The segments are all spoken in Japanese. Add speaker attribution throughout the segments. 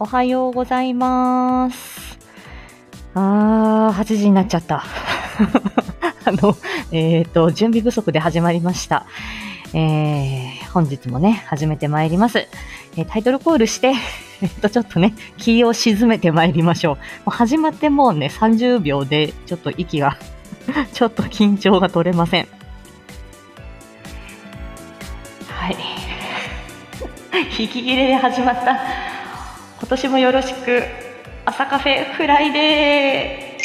Speaker 1: おはようございます。8時になっちゃった。準備不足で始まりました。本日もね、始めてまいります。タイトルコールして、ちょっとね、気を沈めてまいりましょう。もう始まってもうね、30秒で、ちょっと息が、ちょっと緊張が取れません。はい。息切れで始まった。今年もよろしく、朝カフェフライデー。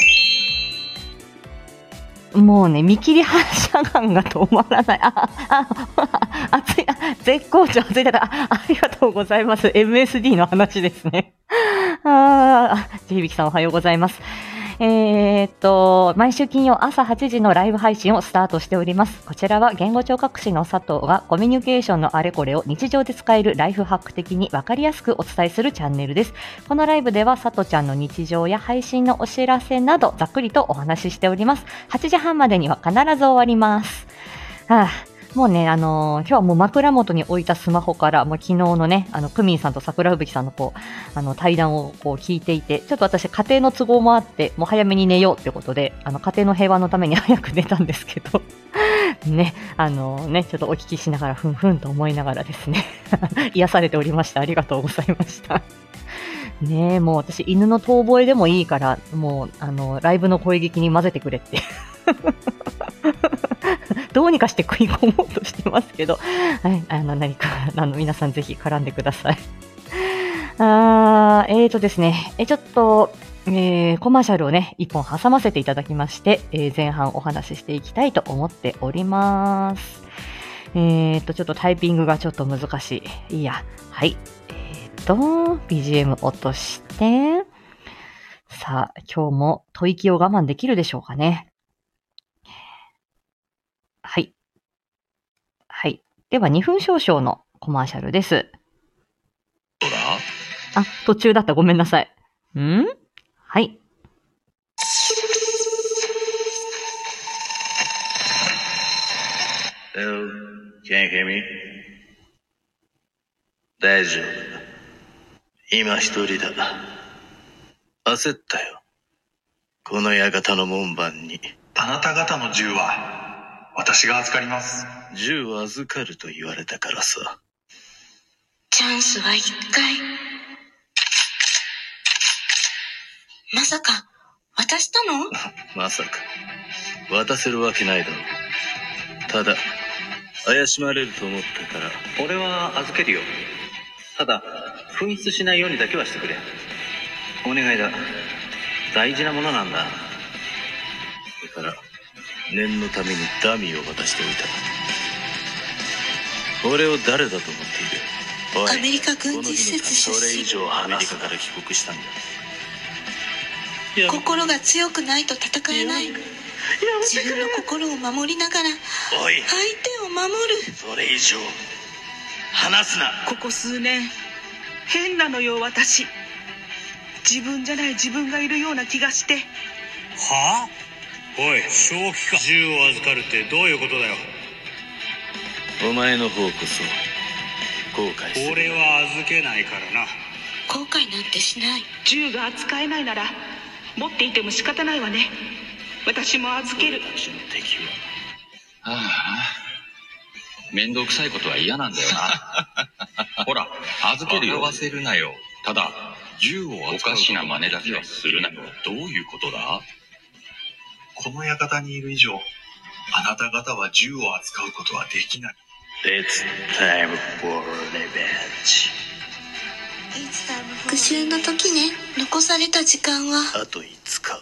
Speaker 1: もうね、見切り発車感が止まらない。暑い、絶好調、暑いだから、ありがとうございます。MSD の話ですね。ちひびきさんおはようございます。毎週金曜朝8時のライブ配信をスタートしております。こちらは言語聴覚士の佐藤がコミュニケーションのあれこれを日常で使えるライフハック的に分かりやすくお伝えするチャンネルです。このライブでは佐藤ちゃんの日常や配信のお知らせなどざっくりとお話ししております。8時半までには必ず終わります。もうね、今日はもう枕元に置いたスマホから、もう昨日のね、クミンさんと桜吹雪さんの対談を聞いていて、ちょっと私、家庭の都合もあって、もう早めに寝ようってことで、家庭の平和のために早く寝たんですけど、ね、ちょっとお聞きしながら、ふんふんと思いながらですね、癒されておりました。ありがとうございました。ねえ、もう私、犬の遠吠えでもいいから、もう、ライブの声劇に混ぜてくれって。どうにかして食い込もうとしてますけど、はい、何か、皆さんぜひ絡んでください。ですね、ちょっと、コマーシャルをね、一本挟ませていただきまして、前半お話ししていきたいと思っております。ちょっとタイピングがちょっと難しい。いいや。はい。BGM 落として、さあ、今日も吐息を我慢できるでしょうかね。はい。はい。では、2分少々のコマーシャルです。途中だった。ごめんなさい。はい。
Speaker 2: Hello, can you hear me? 大丈夫だ。今一人だ。焦ったよ。この館の門番に。
Speaker 3: あなた方の銃は私が預かります。
Speaker 2: 銃を預かると言われたからさ。
Speaker 4: チャンスは一回。まさか渡したの？
Speaker 2: まさか渡せるわけないだろう。ただ怪しまれると思ったから。
Speaker 5: 俺は預けるよ。ただ紛失しないようにだけはしてくれ。お願いだ。大事なものなんだ。
Speaker 2: だから念のためにダミーを渡しておいた。俺を誰だと思っている？おい、
Speaker 4: アメリカ軍事施設出身。
Speaker 2: それ以上アメリカから帰国したんだ。
Speaker 4: 心が強くないと戦えない。自分の心を守りながら
Speaker 2: おい、
Speaker 4: 相手を守る。
Speaker 2: それ以上話すな。
Speaker 6: ここ数年変なのよ。私自分じゃない自分がいるような気がして。
Speaker 7: はあ？おい、正気か。銃を預かるってどういうことだよ。
Speaker 2: お前の方こそ後悔する。
Speaker 7: 俺は預けないからな。
Speaker 4: 後悔なんてしない。
Speaker 6: 銃が扱えないなら持っていても仕方ないわね。私も預ける。
Speaker 2: 俺たちの敵は。
Speaker 8: めんどくさいことは嫌なんだよな。ほら、預けるよ。笑わせるなよ。ただ、銃をおかしな真似だけはするなよ。どういうことだ？
Speaker 3: この館にいる以上、あなた方は銃を扱うことはできない。
Speaker 2: It's time for revenge。
Speaker 4: 復讐の時ね。残された時間は
Speaker 2: あと5日。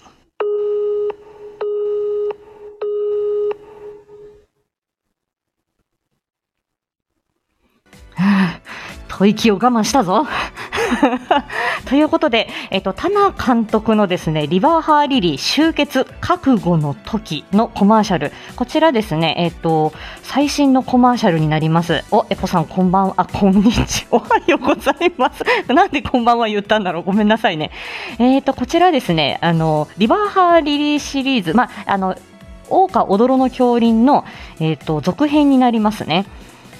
Speaker 1: 吐息を我慢したぞ。ということで、タナ監督のですね、リバーハーリリー終結覚悟の時のコマーシャル。こちらですね、最新のコマーシャルになります。エポさんこんばんは。こんにちは。おはようございます。なんでこんばんは言ったんだろう。ごめんなさいね。こちらですね、リバーハーリリーシリーズ、桜花踊ろの狂輪の、続編になりますね。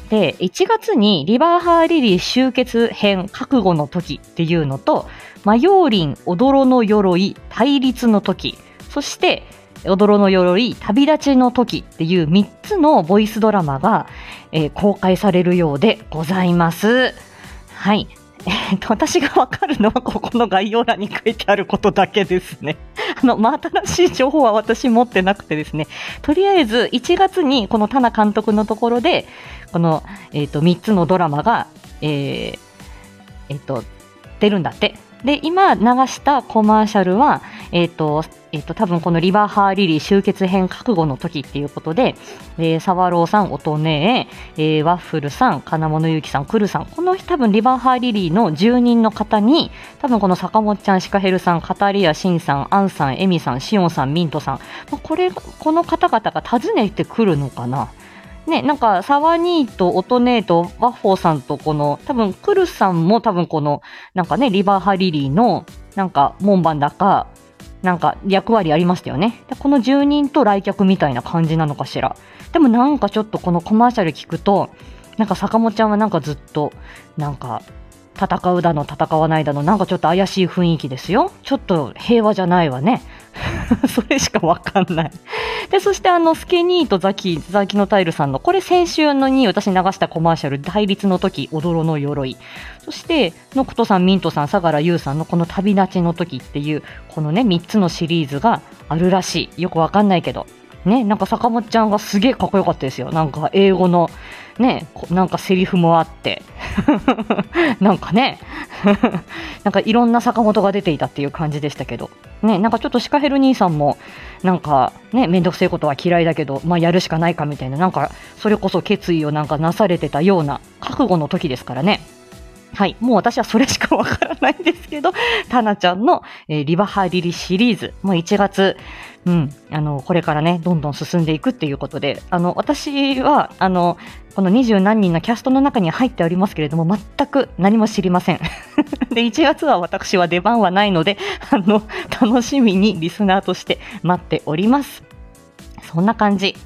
Speaker 1: で、1月にリバーハーリリー終結編覚悟の時っていうのと、魔妖林踊ろの鎧対立の時、そして踊ろの鎧旅立ちの時っていう3つのボイスドラマが、公開されるようでございます。はい。私がわかるのはここの概要欄に書いてあることだけですね。新しい情報は私持ってなくてですね、とりあえず1月にこの田名監督のところで、この、3つのドラマが、出るんだって。で、今流したコマーシャルは、多分このリバーハーリリー終結編覚悟の時っていうことで、サワローさん、オトネー、ワッフルさん、金物ゆうきさん、クルさん、この多分リバーハーリリーの住人の方に、多分この坂本ちゃん、シカヘルさん、カタリア、シンさん、アンさん、エミさん、シオンさん、ミントさん、この方々が訪ねてくるのかな。ね、なんか、サワニーとオトネーとワッフォーさんと多分クルさんも多分なんかね、リバーハーリリーの、なんか、門番だか、なんか役割ありましたよね。でこの住人と来客みたいな感じなのかしら。でもなんかちょっとこのコマーシャル聞くと、なんか坂本ちゃんはなんかずっと、なんか、戦うだの戦わないだの、なんかちょっと怪しい雰囲気ですよ。ちょっと平和じゃないわね。それしかわかんない。で、そしてスケニーとザキのタイルさんの、これ先週のに私流したコマーシャル、対立の時、踊ろの鎧。そして、ノクトさん、ミントさん、相良優さんのこの旅立ちの時っていう、このね、3つのシリーズがあるらしい。よくわかんないけど。ね、なんか坂本ちゃんがすげえかっこよかったですよ。なんか英語の、ね、なんかセリフもあって。なんかね、なんかいろんな坂本が出ていたっていう感じでしたけど。ね、なんかちょっとシカヘル兄さんも、なんかね、めんどくせえことは嫌いだけど、まあやるしかないかみたいな、なんかそれこそ決意をなんかなされてたような覚悟の時ですからね。はい。もう私はそれしかわからないんですけど、タナちゃんの、リバハリリシリーズ、もう1月、これからね、どんどん進んでいくっていうことで、私は、この20何人のキャストの中に入っておりますけれども、全く何も知りません。で、1月は私は出番はないので、楽しみにリスナーとして待っております。そんな感じ。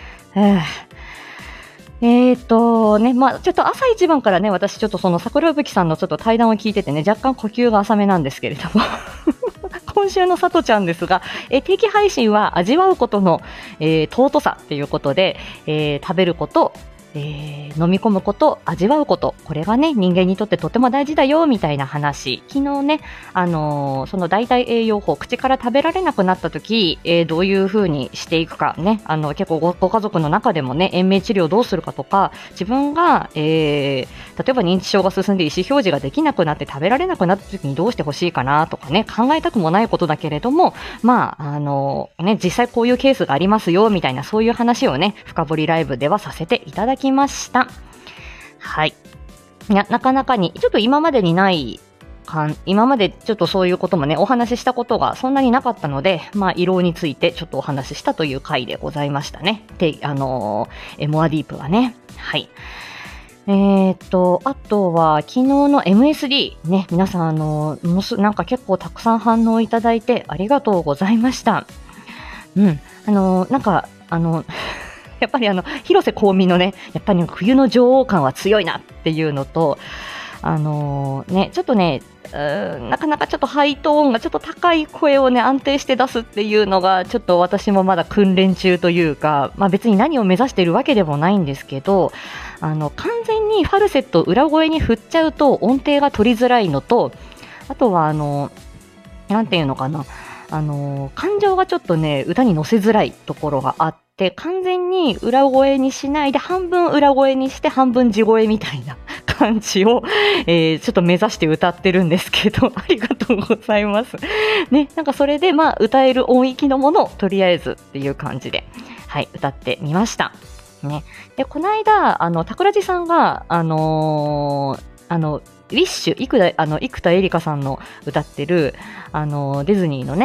Speaker 1: まあ、ちょっと朝一番からね、私ちょっとその桜吹さんのちょっと対談を聞いててね、若干呼吸が浅めなんですけれども、今週のさとちゃんですが、定期配信は味わうことの、尊さっていうことで、食べること、飲み込むこと、味わうこと、これがね、人間にとってとても大事だよ、みたいな話。昨日ね、その代替栄養法、口から食べられなくなった時、どういう風にしていくかね、結構ご家族の中でもね、延命治療をどうするかとか、自分が、例えば認知症が進んで意思表示ができなくなって食べられなくなった時にどうしてほしいかなとかね、考えたくもないことだけれども、まあ、実際こういうケースがありますよ、みたいな、そういう話をね、深掘りライブではさせていただきました。はい。なかなかに、ちょっと今までにない今までちょっとそういうこともね、お話ししたことがそんなになかったので、まあ、胃ろうについてちょっとお話ししたという回でございましたね。で、モアディープはね。はい。あとは、昨日の MSD ね、皆さん、なんか結構たくさん反応いただいてありがとうございました。なんか、やっぱり広瀬香美のね、やっぱり冬の女王感は強いなっていうのと、ちょっとね、なかなかちょっとハイトーンがちょっと高い声をね、安定して出すっていうのが、ちょっと私もまだ訓練中というか、まあ別に何を目指しているわけでもないんですけど、完全にファルセット裏声に振っちゃうと音程が取りづらいのと、あとはなんていうのかな、感情がちょっとね、歌に乗せづらいところがあって、完全に裏声にしないで、半分裏声にして半分地声みたいな感じを、ちょっと目指して歌ってるんですけど、ありがとうございます。ね、なんかそれで、まあ、歌える音域のものをとりあえずっていう感じで、はい、歌ってみました。ね。で、この間、桜地さんが、ウィッシュ、生田絵梨花さんの歌ってる、ディズニーのね、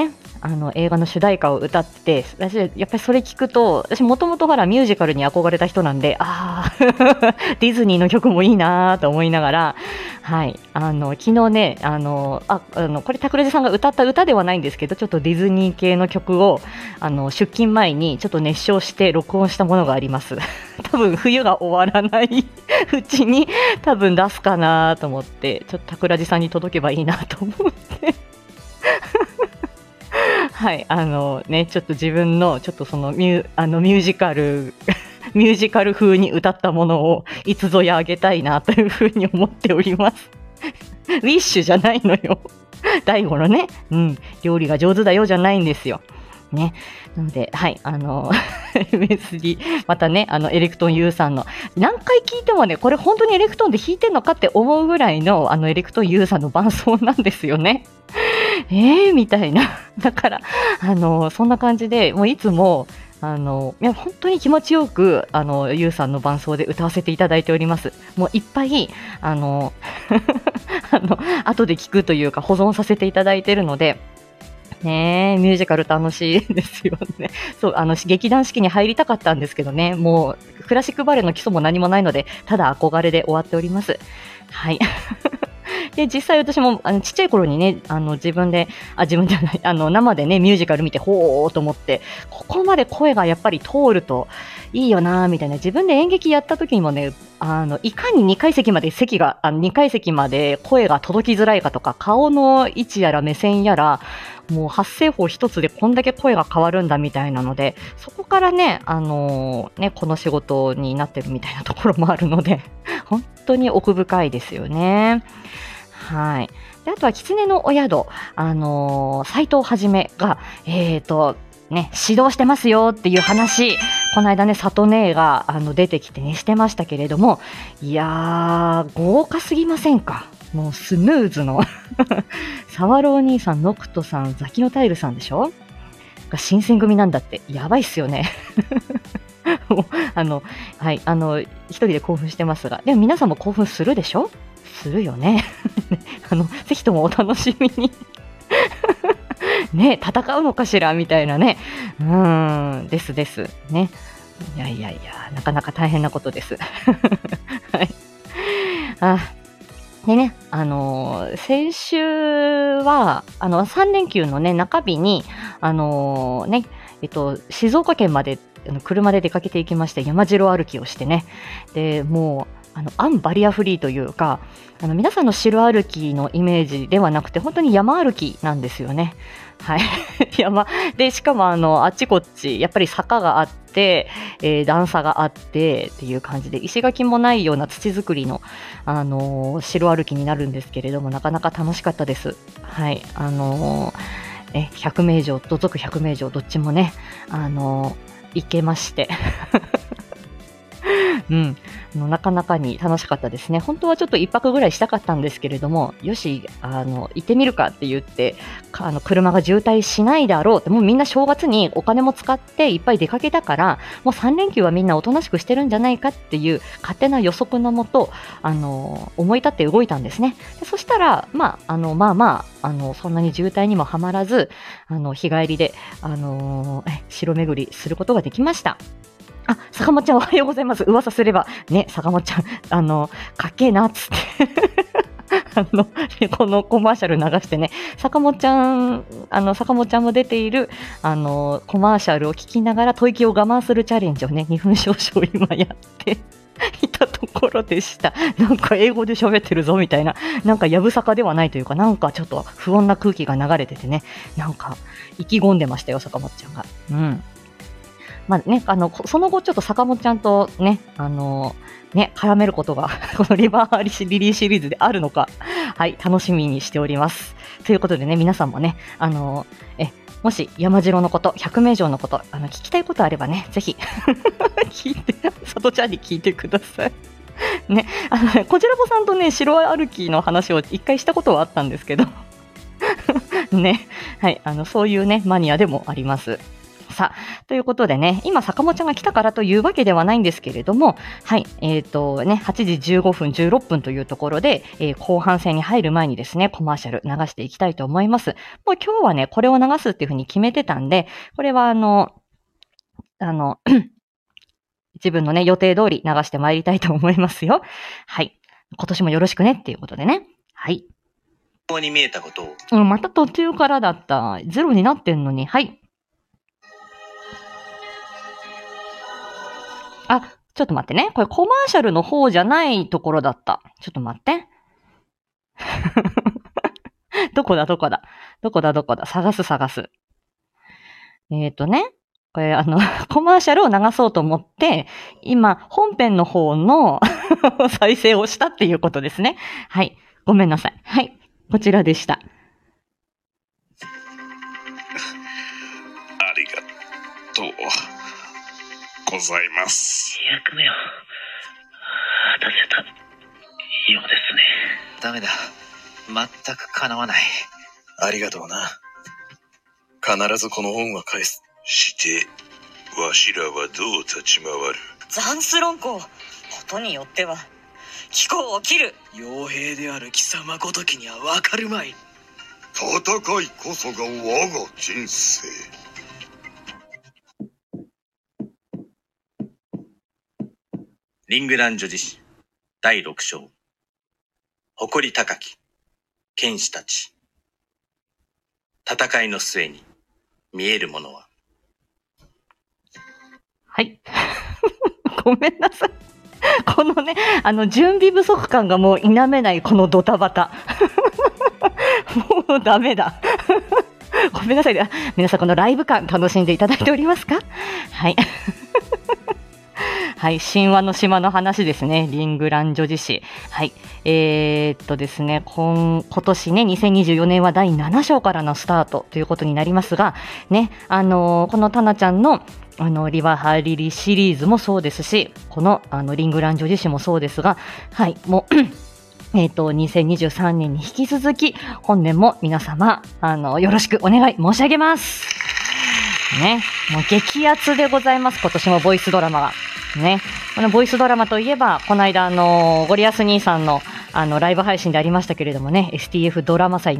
Speaker 1: 映画の主題歌を歌ってて、私やっぱりそれ聞くと、私もともとミュージカルに憧れた人なんで、ディズニーの曲もいいなと思いながら、はい、昨日ね、これ桜地さんが歌った歌ではないんですけど、ちょっとディズニー系の曲を出勤前にちょっと熱唱して録音したものがあります。多分冬が終わらないうちに多分出すかなと思って、ちょっと桜地さんに届けばいいなと思ってはい、ね、ちょっと自分のちょっとそのミュージカル風に歌ったものをいつぞやあげたいなというふうに思っておりますウィッシュじゃないのよ大悟のね、料理が上手だよじゃないんですよね。なので、はい、MSD、またね、エレクトーン U さんの、何回聞いてもね、これ本当にエレクトーンで弾いてんのかって思うぐらいの、エレクトーン U さんの伴奏なんですよね。みたいな。だから、そんな感じで、もういつも、いや本当に気持ちよくゆうさんの伴奏で歌わせていただいております。もういっぱい後で聞くというか保存させていただいているので、ね、ミュージカル楽しいですよね。そう、劇団四季に入りたかったんですけどね、もうクラシックバレエの基礎も何もないので、ただ憧れで終わっております。はい。で、実際私もちっちゃい頃にね、自分じゃない、生でね、ミュージカル見て、ほーと思って、ここまで声がやっぱり通るといいよなーみたいな、自分で演劇やった時にもね、いかに2階席まで声が届きづらいかとか、顔の位置やら目線やら、もう発声法一つでこんだけ声が変わるんだみたいなので、そこからね、この仕事になってるみたいなところもあるので、本当に奥深いですよね。はい。で、あとは、狐のお宿、斎藤はじめが、指導してますよっていう話、この間ね、里姉が出てきてね、してましたけれども、いやー、豪華すぎませんか？もうスムーズの、沢朗兄さん、ノクトさん、ザキノタイルさんでしょ？が新選組なんだって、やばいっすよね。はい、一人で興奮してますが、でも皆さんも興奮するでしょ？するよね。ぜひともお楽しみに。ね、戦うのかしらみたいなね。ですね。いや、なかなか大変なことです。はい。でね、先週は、3連休のね、中日に、静岡県まで車で出かけていきまして、山城歩きをしてね。で、もう、アンバリアフリーというか、皆さんの城歩きのイメージではなくて、本当に山歩きなんですよね。はい。山。で、しかもあっちこっち、やっぱり坂があって、段差があってっていう感じで、石垣もないような土作りの、城歩きになるんですけれども、なかなか楽しかったです。はい。百名城、土足百名城、どっちもね、行けまして。なかなかに楽しかったですね。本当はちょっと一泊ぐらいしたかったんですけれども、よし、行ってみるかって言って、車が渋滞しないだろうって、もうみんな正月にお金も使っていっぱい出かけたから、もう3連休はみんなおとなしくしてるんじゃないかっていう勝手な予測のもと、思い立って動いたんですね。でそしたら、そんなに渋滞にもはまらず、日帰りで、城巡りすることができました。坂本ちゃんおはようございます。噂すれば。ね、坂本ちゃん、かっけえな、つって。このコマーシャル流してね、坂本ちゃんも出ている、コマーシャルを聞きながら吐息を我慢するチャレンジをね、2分少々今やっていたところでした。なんか英語で喋ってるぞみたいな、なんかやぶさかではないというか、なんかちょっと不穏な空気が流れててね、なんか意気込んでましたよ、坂本ちゃんが。その後ちょっと坂本ちゃんとね、絡めることが、このリバーリリーシリーズであるのか、はい、楽しみにしております。ということでね、皆さんもね、もし山城のこと、百名城のこと、聞きたいことあればね、ぜひ、さとちゃんに聞いてください。ね、こちらぼさんとね、城歩きの話を一回したことはあったんですけど、ね、はい、そういうね、マニアでもあります。 さあ、ということでね、今、坂本ちゃんが来たからというわけではないんですけれども、はい、8時15分、16分というところで、後半戦に入る前にですね、コマーシャル流していきたいと思います。もう今日はね、これを流すっていうふうに決めてたんで、これは自分のね、予定通り流してまいりたいと思いますよ。はい。今年もよろしくねっていうことでね。はい。
Speaker 5: ここに見えたことを。
Speaker 1: また途中からだった。ゼロになってんのに。はい。あ、ちょっと待ってね。これコマーシャルの方じゃないところだった。ちょっと待って。どこだ探す。これコマーシャルを流そうと思って、今、本編の方の再生をしたっていうことですね。はい。ごめんなさい。はい。こちらでした。
Speaker 3: ありがとうございます。
Speaker 5: 役目を果たせたようですね。ダメだ。全く叶わない。
Speaker 3: ありがとうな。必ずこの恩は返す。して、わしらはどう立ち回る？
Speaker 9: ザンス論考。ことによっては、貴公を切る。
Speaker 10: 傭兵である貴様ごときにはわかるまい。
Speaker 3: 戦いこそが我が人生。
Speaker 5: リングラン女子史第6章。誇り高き剣士たち。戦いの末に見えるものは。
Speaker 1: はい。ごめんなさい。このね、準備不足感がもう否めないこのドタバタ。もうダメだ。ごめんなさい。皆さんこのライブ感楽しんでいただいておりますか？はい。はい、神話の島の話ですね。リングラン女子史。はい。ですね、今年ね、2024年は第7章からのスタートということになりますが、ね、このタナちゃんのリバハリリシリーズもそうですし、このリングラン女子史もそうですが、はい、もう2023年に引き続き、本年も皆様、よろしくお願い申し上げます。ね、もう激アツでございます。今年もボイスドラマが。ね、このボイスドラマといえば、この間ゴリアス兄さんのライブ配信でありましたけれどもね、STF ドラマ祭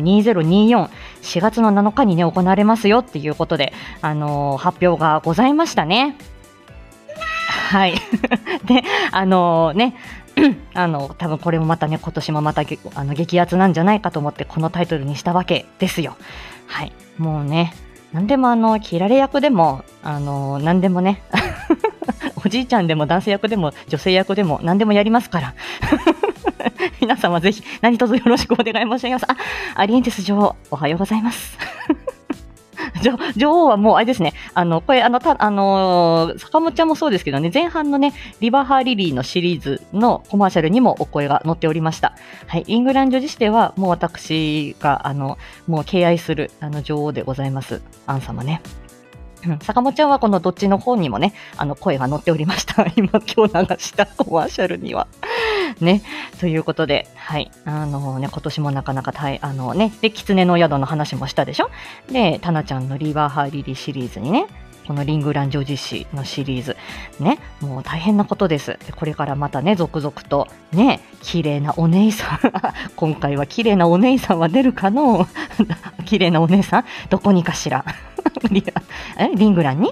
Speaker 1: 2024、4月の7日にね、行われますよっていうことで、発表がございましたね。はい。で、ね、多分これもまたね、今年もまた激アツなんじゃないかと思って、このタイトルにしたわけですよ。はい。もうね、なんでも切られ役でも、なんでもね、おじいちゃんでも男性役でも女性役でも何でもやりますから。皆様ぜひ何卒よろしくお願い申し上げます。アリエンテス女王、おはようございます。女王はもうあれですね。これ坂本ちゃんもそうですけどね、前半のね、リバハーリリーのシリーズのコマーシャルにもお声が載っておりました。はい、イングランド女子ではもう私がもう敬愛する女王でございます。アン様ね。坂本ちゃんはこのどっちの方にもね、声が載っておりました。今日流したコマーシャルには。ね。ということで、はい。今年もなかなかで、狐の宿の話もしたでしょ？で、タナちゃんのリバーハーリリシリーズにね、このリングラン女子史のシリーズ。ね。もう大変なことです。これからまたね、続々と、ね、綺麗なお姉さん。今回は綺麗なお姉さんは出るかの？綺麗なお姉さんどこにかしら。リングランに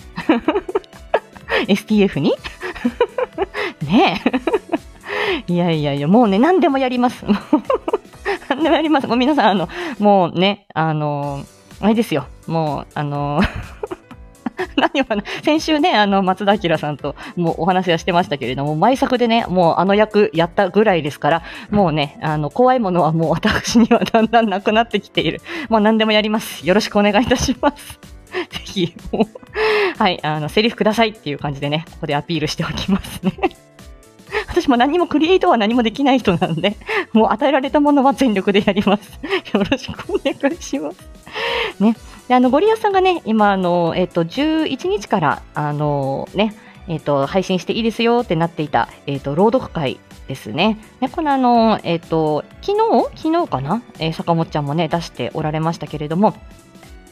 Speaker 1: STF にねえ。いや、もうね、何でもやります。何でもやります。もう皆さん、もうね、あれですよ。もう、何を先週ね、松田明さんともうお話はしてましたけれども、毎作でね、もう役やったぐらいですから、もうね、怖いものはもう私にはだんだんなくなってきている。もう何でもやります。よろしくお願いいたします。ぜひ、もう、はい、セリフくださいっていう感じでね、ここでアピールしておきますね。私も何もクリエイトは何もできない人なんで、もう与えられたものは全力でやります。よろしくお願いします。ね。でゴリアスさんがね、今、11日から、配信していいですよってなっていた、朗読会ですね。ね、この昨日かな、坂本ちゃんもね、出しておられましたけれども、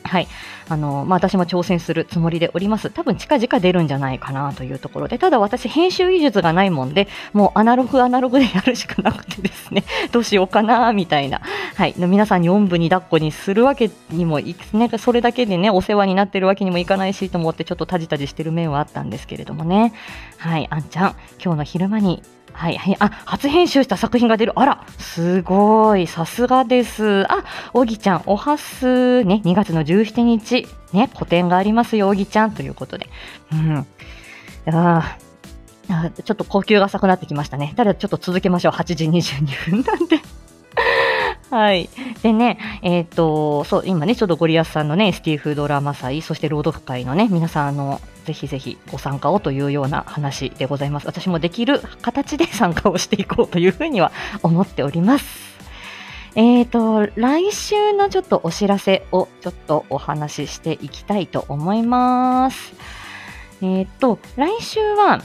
Speaker 1: はい。私も挑戦するつもりでおります。多分近々出るんじゃないかなというところで、ただ私編集技術がないもんで、もうアナログでやるしかなくてですね、どうしようかなみたいな。はい。皆さんにおんぶに抱っこにするわけにもいくね、それだけでね、お世話になってるわけにもいかないしと思って、ちょっとタジタジしてる面はあったんですけれどもね。はい。あんちゃん、今日の昼間に、はい、はい、初編集した作品が出る。あら、すごい、さすがです。おぎちゃん、おはす、ね、2月の17日、ね、個展がありますよ、おぎちゃん、ということで。ちょっと呼吸が浅くなってきましたね。ただ、ちょっと続けましょう。8時22分なんで。はい。でね、そう、今ね、ちょっとゴリアスさんのね、ST フードラマ祭、そして朗読会のね、皆さん、ぜひぜひご参加をというような話でございます。私もできる形で参加をしていこうというふうには思っております。来週のちょっとお知らせをちょっとお話ししていきたいと思います。来週は、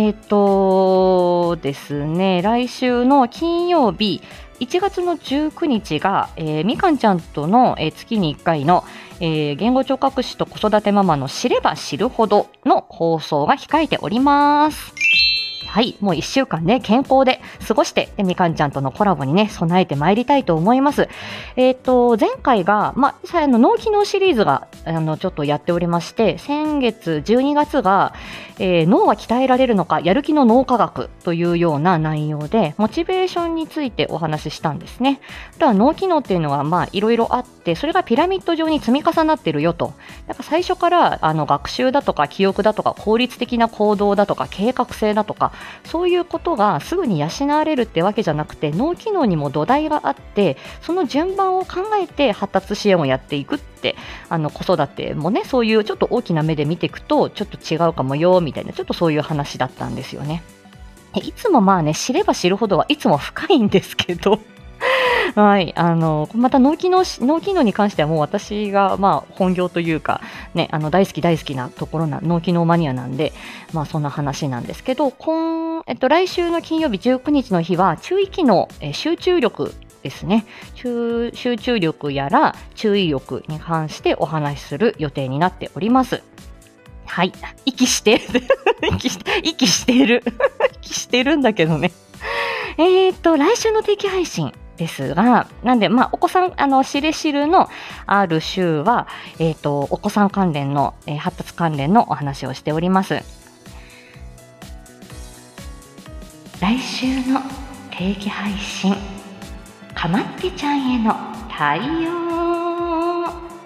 Speaker 1: ですね、来週の金曜日、1月の19日が、みかんちゃんとの、月に1回の、言語聴覚士と子育てママの知れば知るほどの放送が控えております。はい、もう1週間ね、健康で過ごして、みかんちゃんとのコラボにね、備えてまいりたいと思います。前回が、脳機能シリーズが、ちょっとやっておりまして、先月12月が、脳は鍛えられるのか、やる気の脳科学というような内容で、モチベーションについてお話ししたんですね。あとは脳機能っていうのは、いろいろあって、それがピラミッド状に積み重なってるよと。だから最初から、学習だとか、記憶だとか、効率的な行動だとか、計画性だとか、そういうことがすぐに養われるってわけじゃなくて、脳機能にも土台があって、その順番を考えて発達支援をやっていくって、子育てもね、そういうちょっと大きな目で見ていくと、ちょっと違うかもよみたいな、ちょっとそういう話だったんですよね。いつも知れば知るほどはいつも深いんですけどはい、また脳機能に関してはもう私が本業というか、ね、大好きなところ脳機能マニアなんで、そんな話なんですけど、来週の金曜日19日の日は注意機能、集中力ですね。集中力やら注意力に関してお話しする予定になっております。はい、息してるんだけどね。来週の定期配信ですが、なんで、お子さん、しれしるのある週は、お子さん関連の、発達関連のお話をしております。来週の定期配信、かまってちゃんへの対応。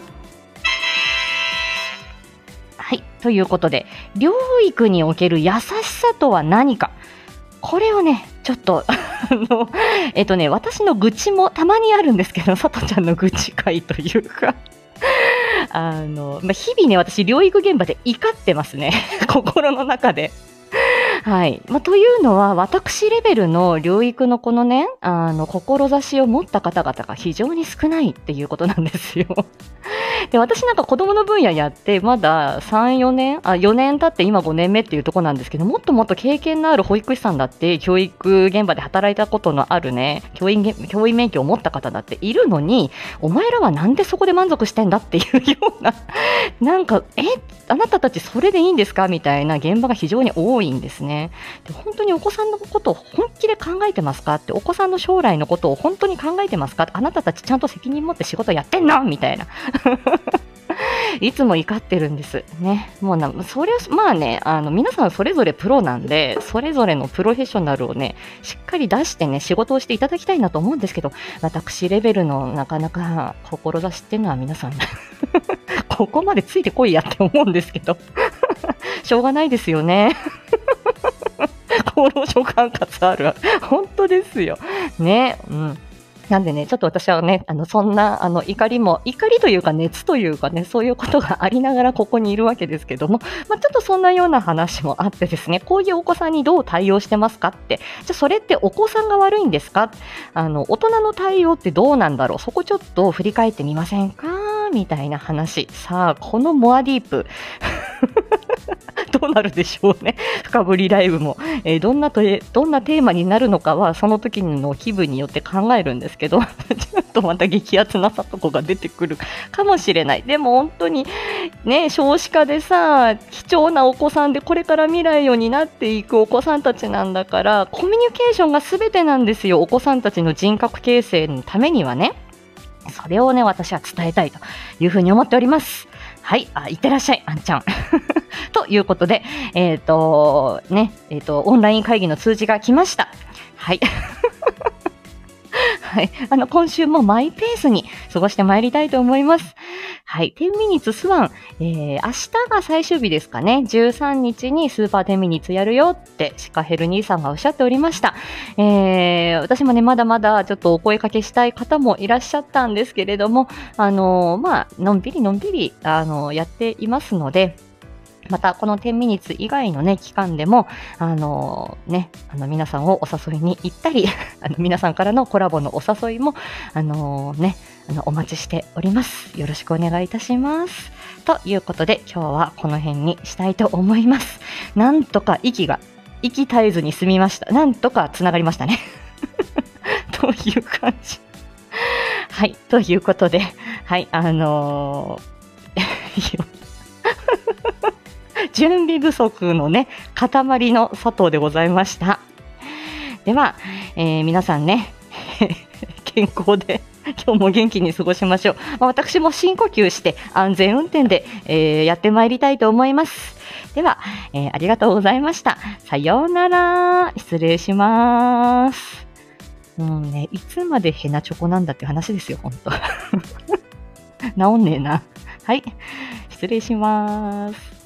Speaker 1: はい、ということで、療育における優しさとは何か。これをね、ちょっと私の愚痴もたまにあるんですけど、さとちゃんの愚痴会というか日々ね、私療育現場で怒ってますね心の中で。はい。というのは、私レベルの療育のこのね、志を持った方々が非常に少ないっていうことなんですよ。で、私なんか子供の分野やって、まだ3、4年、4年経って今5年目っていうところなんですけど、もっともっと経験のある保育士さんだって、教育現場で働いたことのあるね、教員免許を持った方だっているのに、お前らはなんでそこで満足してんだっていうような、なんか、あなたたちそれでいいんですかみたいな現場が非常に多いんですね。で、本当にお子さんのことを本気で考えてますかって、お子さんの将来のことを本当に考えてますかって、あなたたちちゃんと責任持って仕事やってんのみたいな。いつも怒ってるんですね。もうそれを皆さんそれぞれプロなんで、それぞれのプロフェッショナルをね、しっかり出してね、仕事をしていただきたいなと思うんですけど、私レベルのなかなか志っていうのは皆さんここまでついてこいやって思うんですけどしょうがないですよね厚労省管轄あるある本当ですよね。なんでね、ちょっと私はね、そんな、怒りというか熱というかね、そういうことがありながらここにいるわけですけども、ちょっとそんなような話もあってですね、こういうお子さんにどう対応してますかって、じゃあそれってお子さんが悪いんですか？大人の対応ってどうなんだろう？そこちょっと振り返ってみませんか？みたいな話。さあ、このモアディープ。 どうなるでしょうね。深掘りライブも。どんなテーマになるのかは、その時の気分によって考えるんですけど、ちょっとまた激アツなさとこが出てくるかもしれない。でも本当に、ね、少子化でさ、貴重なお子さんで、これから未来を担っていくお子さんたちなんだから、コミュニケーションが全てなんですよ。お子さんたちの人格形成のためにはね。それをね、私は伝えたいというふうに思っております。はい、いってらっしゃい、あんちゃん。ということで、オンライン会議の通知が来ました。はい。はい、今週もマイペースに過ごしてまいりたいと思います。はい、10ミニッツスワン、明日が最終日ですかね。13日にスーパー10ミニッツやるよってシカヘル兄さんがおっしゃっておりました。私もね、まだまだちょっとお声かけしたい方もいらっしゃったんですけれども、のんびりやっていますので、またこの10ミニッツ以外のね期間でも皆さんをお誘いに行ったり皆さんからのコラボのお誘いもお待ちしております。よろしくお願いいたします。ということで今日はこの辺にしたいと思います。なんとか息絶えずに済みました。なんとかつながりましたねという感じはいということではい準備不足のね、塊の佐藤でございました。では、皆さんね、健康で今日も元気に過ごしましょう。私も深呼吸して安全運転で、やってまいりたいと思います。では、ありがとうございました。さようなら。失礼します。もうね、いつまでヘナチョコなんだって話ですよ、ほんと。治んねえな。はい、失礼します。